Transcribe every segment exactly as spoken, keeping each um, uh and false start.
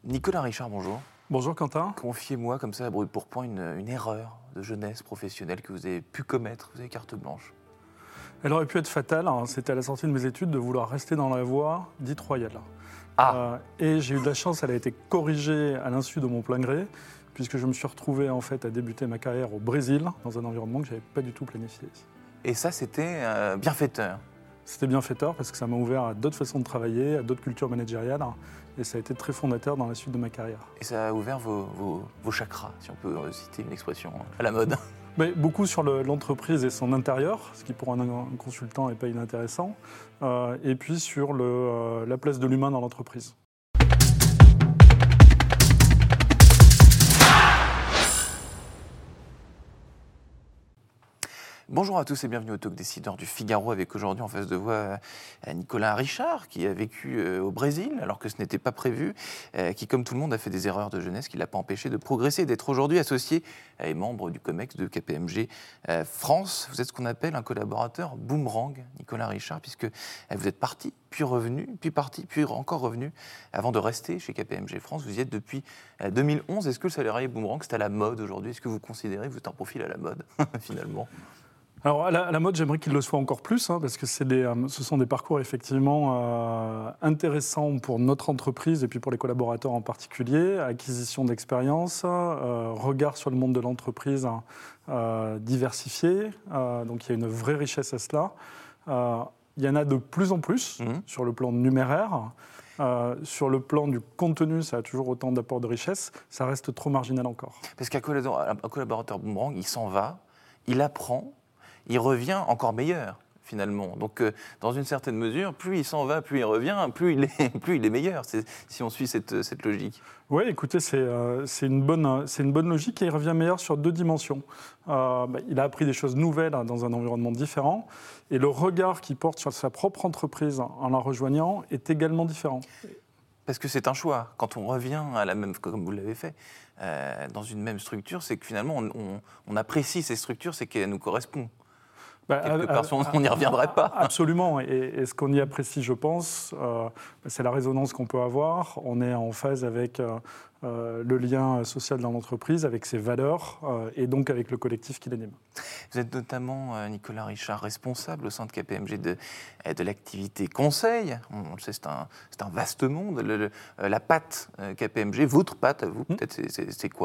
Nicolas Richard, bonjour. Bonjour Quentin. Confiez-moi comme ça à brûle pour point une, une erreur de jeunesse professionnelle que vous avez pu commettre. Vous avez carte blanche. Elle aurait pu être fatale, hein. C'était à la sortie de mes études de vouloir rester dans la voie dite royale. Ah euh, Et j'ai eu de la chance, elle a été corrigée à l'insu de mon plein gré, puisque je me suis retrouvé en fait à débuter ma carrière au Brésil, dans un environnement que je n'avais pas du tout planifié. Et ça, c'était euh, bienfaiteur. C'était bienfaiteur parce que ça m'a ouvert à d'autres façons de travailler, à d'autres cultures managériales, et ça a été très fondateur dans la suite de ma carrière. Et ça a ouvert vos, vos, vos chakras, si on peut citer une expression à la mode. Mais beaucoup sur le, l'entreprise et son intérieur, ce qui pour un, un consultant n'est pas inintéressant, euh, et puis sur le, euh, la place de l'humain dans l'entreprise. Bonjour à tous et bienvenue au Talk Décideur du Figaro, avec aujourd'hui en face de voix Nicolas Richard, qui a vécu au Brésil alors que ce n'était pas prévu, qui comme tout le monde a fait des erreurs de jeunesse qui ne l'a pas empêché de progresser et d'être aujourd'hui associé et membre du COMEX de K P M G France. Vous êtes ce qu'on appelle un collaborateur boomerang, Nicolas Richard, puisque vous êtes parti, puis revenu, puis parti, puis encore revenu, avant de rester chez K P M G France. Vous y êtes depuis deux mille onze. Est-ce que le salarié boomerang, c'est à la mode aujourd'hui ? Est-ce que vous considérez que vous êtes un profil à la mode, finalement ? Alors, à la, à la mode, j'aimerais qu'il le soit encore plus, hein, parce que c'est des, euh, ce sont des parcours effectivement euh, intéressants pour notre entreprise et puis pour les collaborateurs en particulier. Acquisition d'expérience, euh, regard sur le monde de l'entreprise euh, diversifié. Euh, donc, il y a une vraie richesse à cela. Euh, il y en a de plus en plus mmh. sur le plan numéraire. Euh, sur le plan du contenu, ça a toujours autant d'apports de richesse. Ça reste trop marginal encore. Parce qu'un collaborateur, un collaborateur boomerang, il s'en va, il apprend, il revient encore meilleur, finalement. Donc, euh, dans une certaine mesure, plus il s'en va, plus il revient, plus il est, plus il est meilleur, c'est, si on suit cette, cette logique. Oui, écoutez, c'est, euh, c'est, une bonne, c'est une bonne logique et il revient meilleur sur deux dimensions. Euh, bah, il a appris des choses nouvelles hein, dans un environnement différent et le regard qu'il porte sur sa propre entreprise en la rejoignant est également différent. Parce que c'est un choix. Quand on revient à la même, comme vous l'avez fait, euh, dans une même structure, c'est que finalement, on, on, on apprécie ces structures, c'est qu'elles nous correspondent. Bah, Quelque part, à, on n'y reviendrait pas. Absolument. Et, et ce qu'on y apprécie, je pense, euh, c'est la résonance qu'on peut avoir. On est en phase avec euh, le lien social dans l'entreprise, avec ses valeurs euh, et donc avec le collectif qui l'anime. Vous êtes notamment, euh, Nicolas Richard, responsable au sein de K P M G de, de l'activité conseil. On le sait, c'est un, c'est un vaste monde. Le, le, la patte euh, K P M G, votre patte à vous, mmh. peut-être, c'est, c'est, c'est quoi ?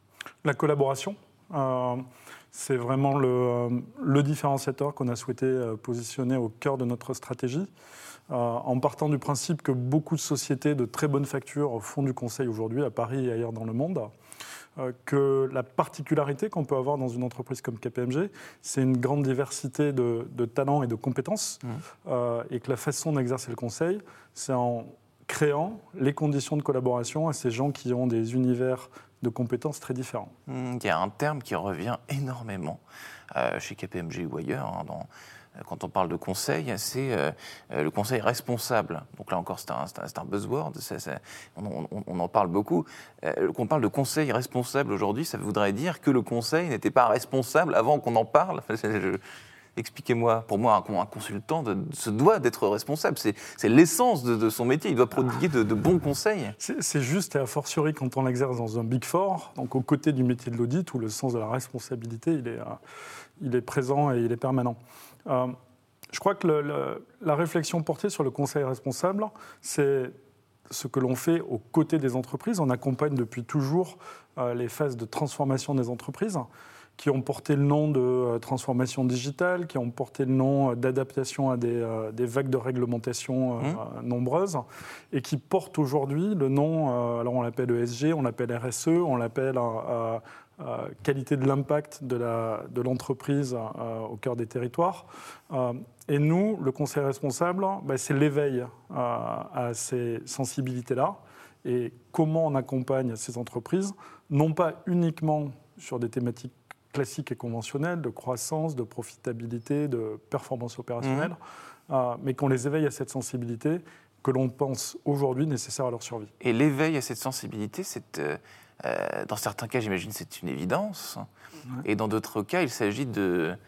La collaboration. Euh, C'est vraiment le, le différenciateur qu'on a souhaité positionner au cœur de notre stratégie, euh, en partant du principe que beaucoup de sociétés de très bonne facture font du conseil aujourd'hui à Paris et ailleurs dans le monde, euh, que la particularité qu'on peut avoir dans une entreprise comme K P M G, c'est une grande diversité de, de talents et de compétences, mmh. euh, et que la façon d'exercer le conseil, c'est en créant les conditions de collaboration à ces gens qui ont des univers de compétences très différents. Il y a un terme qui revient énormément euh, chez K P M G ou ailleurs, hein, dans, euh, quand on parle de conseil, c'est euh, le conseil responsable. Donc là encore, c'est un, c'est un, c'est un buzzword, c'est, c'est, on, on, on en parle beaucoup. Euh, qu'on parle de conseil responsable aujourd'hui, ça voudrait dire que le conseil n'était pas responsable avant qu'on en parle. Enfin, c'est, je, Expliquez-moi, pour moi, un, un consultant de, de, se doit d'être responsable. C'est, c'est l'essence de, de son métier. Il doit prodiguer de, de bons conseils. C'est, c'est juste, et a fortiori quand on l'exerce dans un Big Four, donc aux côtés du métier de l'audit, où le sens de la responsabilité, il est, euh, il est présent et il est permanent. Euh, je crois que le, le, la réflexion portée sur le conseil responsable, c'est ce que l'on fait aux côtés des entreprises. On accompagne depuis toujours euh, les phases de transformation des entreprises, qui ont porté le nom de euh, transformation digitale, qui ont porté le nom euh, d'adaptation à des, euh, des vagues de réglementation euh, mmh. nombreuses, et qui portent aujourd'hui le nom, euh, alors on l'appelle E S G, on l'appelle R S E, on l'appelle euh, euh, qualité de l'impact de, la, de l'entreprise euh, au cœur des territoires. Euh, et nous, le conseil responsable, bah, c'est l'éveil euh, à ces sensibilités-là, et comment on accompagne ces entreprises, non pas uniquement sur des thématiques classiques et conventionnels, de croissance, de profitabilité, de performance opérationnelle, mmh. euh, mais qu'on les éveille à cette sensibilité que l'on pense aujourd'hui nécessaire à leur survie. Et l'éveil à cette sensibilité, c'est, euh, euh, dans certains cas, j'imagine, c'est une évidence, ouais. Et dans d'autres cas, il s'agit de,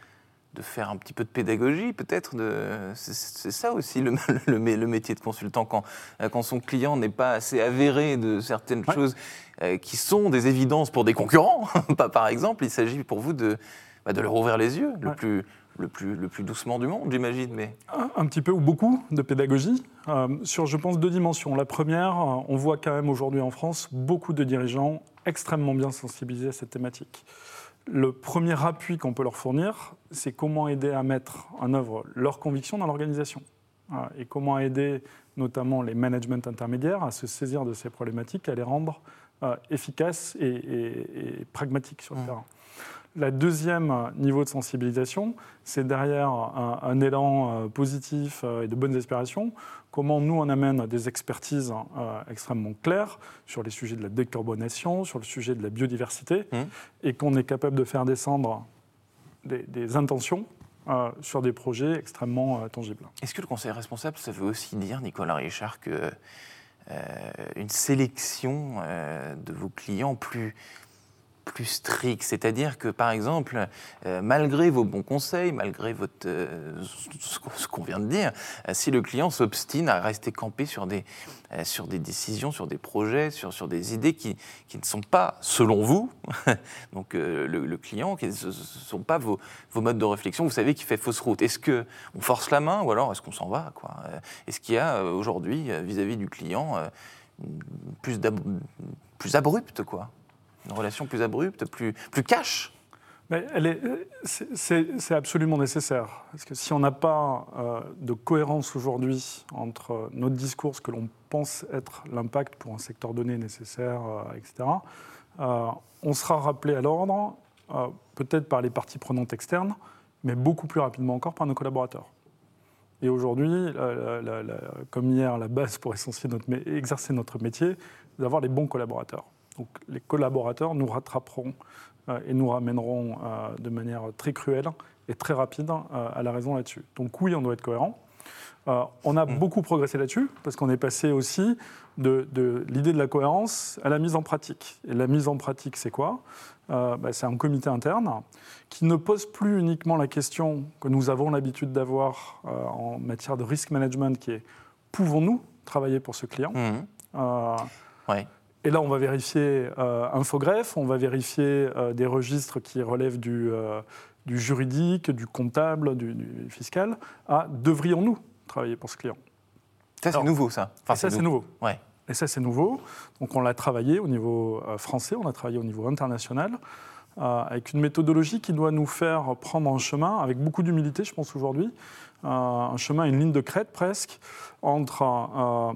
de faire un petit peu de pédagogie, peut-être. De... C'est, c'est ça aussi le, le, le métier de consultant, quand, quand son client n'est pas assez avéré de certaines ouais. choses euh, qui sont des évidences pour des concurrents, par exemple, il s'agit pour vous de, bah, de leur ouvrir les yeux le, ouais. plus, le, plus, le plus doucement du monde, j'imagine. Mais... Un, un petit peu ou beaucoup de pédagogie, euh, sur, je pense, deux dimensions. La première, on voit quand même aujourd'hui en France beaucoup de dirigeants extrêmement bien sensibilisés à cette thématique. Le premier appui qu'on peut leur fournir, c'est comment aider à mettre en œuvre leurs convictions dans l'organisation. Et comment aider notamment les managements intermédiaires à se saisir de ces problématiques, à les rendre euh, efficaces et, et, et pragmatiques sur le mmh. terrain. La deuxième niveau de sensibilisation, c'est derrière un, un élan euh, positif euh, et de bonnes aspirations, comment nous on amène des expertises euh, extrêmement claires sur les sujets de la décarbonation, sur le sujet de la biodiversité, mmh. et qu'on est capable de faire descendre des, des intentions euh, sur des projets extrêmement euh, tangibles. Est-ce que le conseil responsable, ça veut aussi dire, Nicolas Richard, que euh, une sélection euh, de vos clients plus plus strict, c'est-à-dire que, par exemple, euh, malgré vos bons conseils, malgré votre, euh, ce qu'on vient de dire, euh, si le client s'obstine à rester campé sur des, euh, sur des décisions, sur des projets, sur, sur des idées qui, qui ne sont pas, selon vous, donc euh, le, le client, qui ne sont pas vos, vos modes de réflexion, vous savez qu'il fait fausse route. Est-ce qu'on force la main ou alors est-ce qu'on s'en va, quoi ? Est-ce qu'il y a euh, aujourd'hui, euh, vis-à-vis du client, euh, plus, plus abrupte, quoi ? Une relation plus abrupte, plus, plus cash. Mais elle est, c'est, c'est absolument nécessaire. Parce que si on n'a pas euh, de cohérence aujourd'hui entre notre discours, ce que l'on pense être l'impact pour un secteur donné nécessaire, euh, et cetera, euh, on sera rappelé à l'ordre, euh, peut-être par les parties prenantes externes, mais beaucoup plus rapidement encore par nos collaborateurs. Et aujourd'hui, la, la, la, comme hier, la base pour notre, exercer notre métier, c'est d'avoir les bons collaborateurs. Donc les collaborateurs nous rattraperont euh, et nous ramèneront euh, de manière très cruelle et très rapide euh, à la raison là-dessus. Donc oui, on doit être cohérent. Euh, on a mmh. beaucoup progressé là-dessus, parce qu'on est passé aussi de, de l'idée de la cohérence à la mise en pratique. Et la mise en pratique, c'est quoi ? euh, bah, C'est un comité interne qui ne pose plus uniquement la question que nous avons l'habitude d'avoir euh, en matière de risk management, qui est « pouvons-nous travailler pour ce client mmh. ?» euh, ouais. Et là, on va vérifier euh, Infogreffe, on va vérifier euh, des registres qui relèvent du, euh, du juridique, du comptable, du, du fiscal. Ah, devrions-nous travailler pour ce client ? Ça, c'est Alors, nouveau, ça. Enfin, ça, c'est nouveau. Ouais. Et ça, c'est nouveau. Donc, on l'a travaillé au niveau euh, français, on l'a travaillé au niveau international, euh, avec une méthodologie qui doit nous faire prendre un chemin, avec beaucoup d'humilité, je pense, aujourd'hui, euh, un chemin, une ligne de crête, presque, entre... Euh,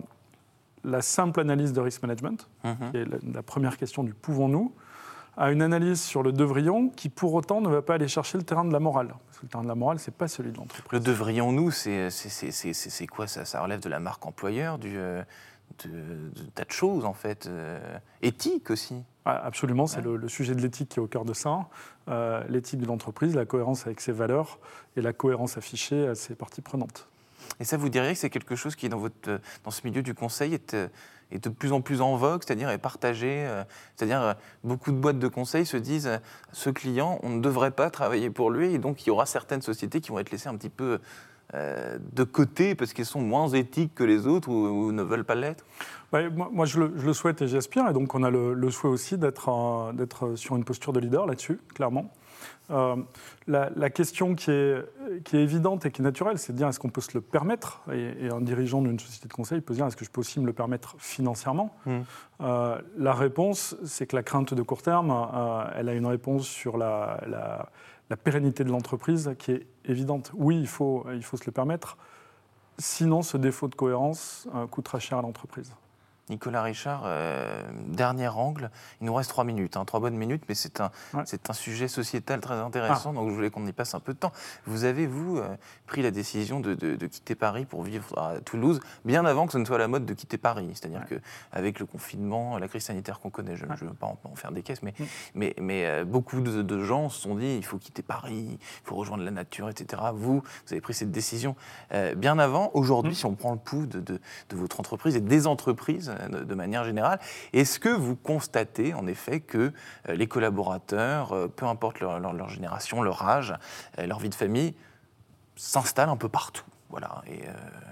la simple analyse de risk management, mmh. qui est la, la première question du « pouvons-nous », à une analyse sur le devrions qui, pour autant, ne va pas aller chercher le terrain de la morale. Parce que le terrain de la morale, ce n'est pas celui de l'entreprise. Le devrions-nous, c'est, c'est, c'est, c'est, c'est quoi ça ? Ça relève de la marque employeur, du, euh, de, de tas de choses, en fait. Euh, éthique aussi. Ah, absolument, c'est ouais. le, le sujet de l'éthique qui est au cœur de ça. Euh, l'éthique de l'entreprise, la cohérence avec ses valeurs et la cohérence affichée à ses parties prenantes. Et ça, vous diriez que c'est quelque chose qui, dans, votre, dans ce milieu du conseil, est, est de plus en plus en vogue, c'est-à-dire est partagé. C'est-à-dire, beaucoup de boîtes de conseil se disent, ce client, on ne devrait pas travailler pour lui, et donc il y aura certaines sociétés qui vont être laissées un petit peu euh, de côté parce qu'elles sont moins éthiques que les autres ou, ou ne veulent pas l'être. Ouais, moi, moi je, le, je le souhaite et j'aspire, et donc on a le, le souhait aussi d'être, euh, d'être sur une posture de leader là-dessus, clairement. Euh, la, la question qui est, qui est évidente et qui est naturelle, c'est de dire est-ce qu'on peut se le permettre, et, et un dirigeant d'une société de conseil peut se dire est-ce que je peux aussi me le permettre financièrement. mmh. euh, La réponse, c'est que la crainte de court terme, euh, elle a une réponse sur la, la, la pérennité de l'entreprise qui est évidente. Oui, il faut, il faut se le permettre, sinon ce défaut de cohérence euh, coûtera cher à l'entreprise. Nicolas Richard, euh, dernier angle, il nous reste trois minutes, hein, trois bonnes minutes, mais c'est un, ouais. c'est un sujet sociétal très intéressant, ah. donc je voulais qu'on y passe un peu de temps. Vous avez, vous, euh, pris la décision de, de, de quitter Paris pour vivre à Toulouse, bien avant que ce ne soit la mode de quitter Paris, c'est-à-dire ouais. qu'avec le confinement, la crise sanitaire qu'on connaît, je ne ouais. veux pas en, en faire des caisses, mais, mmh. mais, mais euh, beaucoup de, de gens se sont dit, il faut quitter Paris, il faut rejoindre la nature, et cetera. Vous, vous avez pris cette décision euh, bien avant. Aujourd'hui, mmh. si on prend le pouls de, de, de votre entreprise et des entreprises, de, de manière générale. Est-ce que vous constatez en effet que euh, les collaborateurs, euh, peu importe leur, leur, leur génération, leur âge, euh, leur vie de famille, s'installent un peu partout, voilà, et, euh,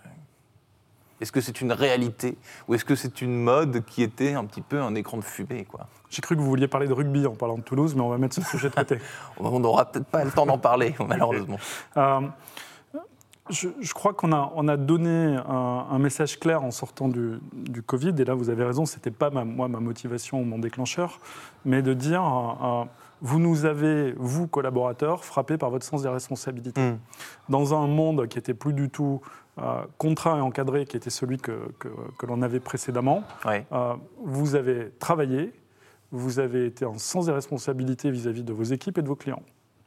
est-ce que c'est une réalité ou est-ce que c'est une mode qui était un petit peu un écran de fumée, quoi? J'ai cru que vous vouliez parler de rugby en parlant de Toulouse, mais on va mettre ce sujet de côté. On n'aura peut-être pas le temps d'en parler, malheureusement. Euh, je, je crois qu'on a, on a donné un, un message clair en sortant du, du Covid, et là vous avez raison, ce n'était pas ma, moi ma motivation ou mon déclencheur, mais de dire, euh, vous nous avez, vous collaborateurs, frappés par votre sens des responsabilités. Mmh. Dans un monde qui n'était plus du tout euh, contraint et encadré, qui était celui que, que, que l'on avait précédemment, ouais. euh, vous avez travaillé, vous avez été en sens des responsabilités vis-à-vis de vos équipes et de vos clients.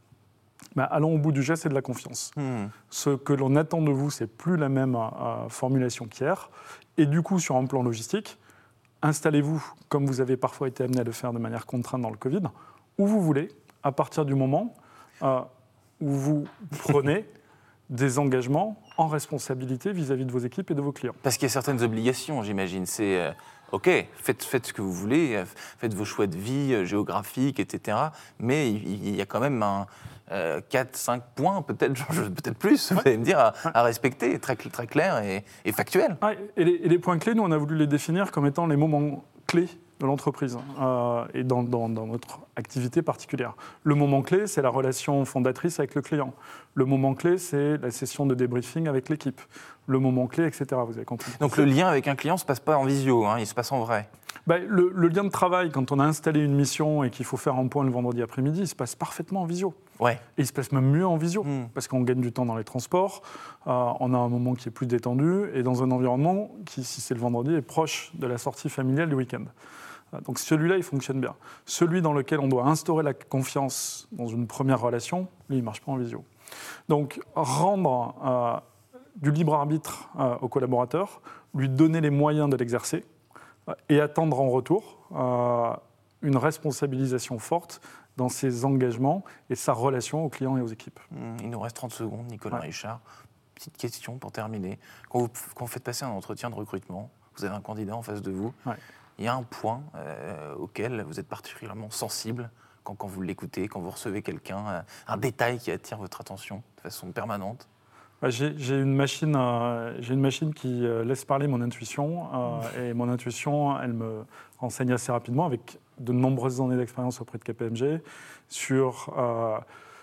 Ben, allons au bout du geste et de la confiance. Mmh. Ce que l'on attend de vous, c'est plus la même euh, formulation qu'hier. Et du coup, sur un plan logistique, installez-vous, comme vous avez parfois été amené à le faire de manière contrainte dans le Covid, où vous voulez, à partir du moment euh, où vous prenez des engagements en responsabilité vis-à-vis de vos équipes et de vos clients. Parce qu'il y a certaines obligations, j'imagine. C'est euh, OK, faites, faites ce que vous voulez, faites vos choix de vie euh, géographiques, et cetera. Mais il, il y a quand même un euh, quatre cinq points, peut-être, peut-être plus, ouais. Vous allez me dire, à, à respecter, très, très clair et, et factuel. Ah, et, les, et les points clés, nous, on a voulu les définir comme étant les moments clés de l'entreprise euh, et dans, dans, dans notre activité particulière. Le moment clé, c'est la relation fondatrice avec le client. Le moment clé, c'est la session de débriefing avec l'équipe. Le moment clé, et cetera. Vous avez compris. Donc le lien avec un client ne se passe pas en visio, hein, il se passe en vrai. Ben, le, le lien de travail, quand on a installé une mission et qu'il faut faire un point le vendredi après-midi, il se passe parfaitement en visio. Ouais. Et il se passe même mieux en visio, mmh. parce qu'on gagne du temps dans les transports, euh, on a un moment qui est plus détendu, et dans un environnement qui, si c'est le vendredi, est proche de la sortie familiale du week-end. Donc celui-là, il fonctionne bien. Celui dans lequel on doit instaurer la confiance dans une première relation, lui, il ne marche pas en visio. Donc rendre euh, du libre arbitre euh, au collaborateur, lui donner les moyens de l'exercer euh, et attendre en retour euh, une responsabilisation forte dans ses engagements et sa relation aux clients et aux équipes. Il nous reste trente secondes, Nicolas ouais. Richard. Petite question pour terminer. Quand vous, quand vous faites passer un entretien de recrutement, vous avez un candidat en face de vous, ouais. Il y a un point euh, auquel vous êtes particulièrement sensible quand, quand vous l'écoutez, quand vous recevez quelqu'un, euh, un détail qui attire votre attention de façon permanente. J'ai, j'ai, une, machine, euh, j'ai une machine qui euh, laisse parler mon intuition, euh, et mon intuition, elle me renseigne assez rapidement, avec de nombreuses années d'expérience auprès de K P M G, sur, euh,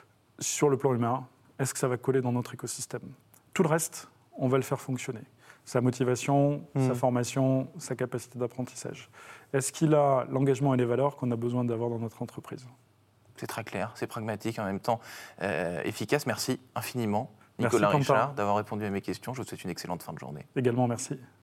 sur le plan humain. Est-ce que ça va coller dans notre écosystème ? Tout le reste, on va le faire fonctionner. Sa motivation, mmh. sa formation, sa capacité d'apprentissage. Est-ce qu'il a l'engagement et les valeurs qu'on a besoin d'avoir dans notre entreprise ? C'est très clair, c'est pragmatique, en même temps euh, efficace. Merci infiniment, Nicolas merci, Richard, d'avoir répondu à mes questions. Je vous souhaite une excellente fin de journée. Également, merci.